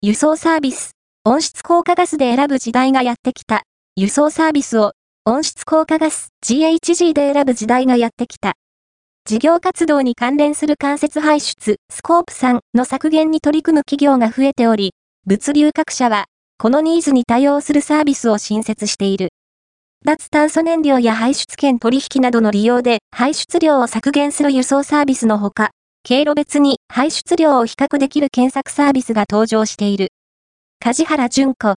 輸送サービス。温室効果ガスで選ぶ時代がやってきた。輸送サービスを温室効果ガス GHG で選ぶ時代がやってきた。事業活動に関連する間接排出スコープ3の削減に取り組む企業が増えており、物流各社はこのニーズに対応するサービスを新設している。脱炭素燃料や排出権取引などの利用で排出量を削減する輸送サービスのほか、経路別に排出量を比較できる検索サービスが登場している。梶原純子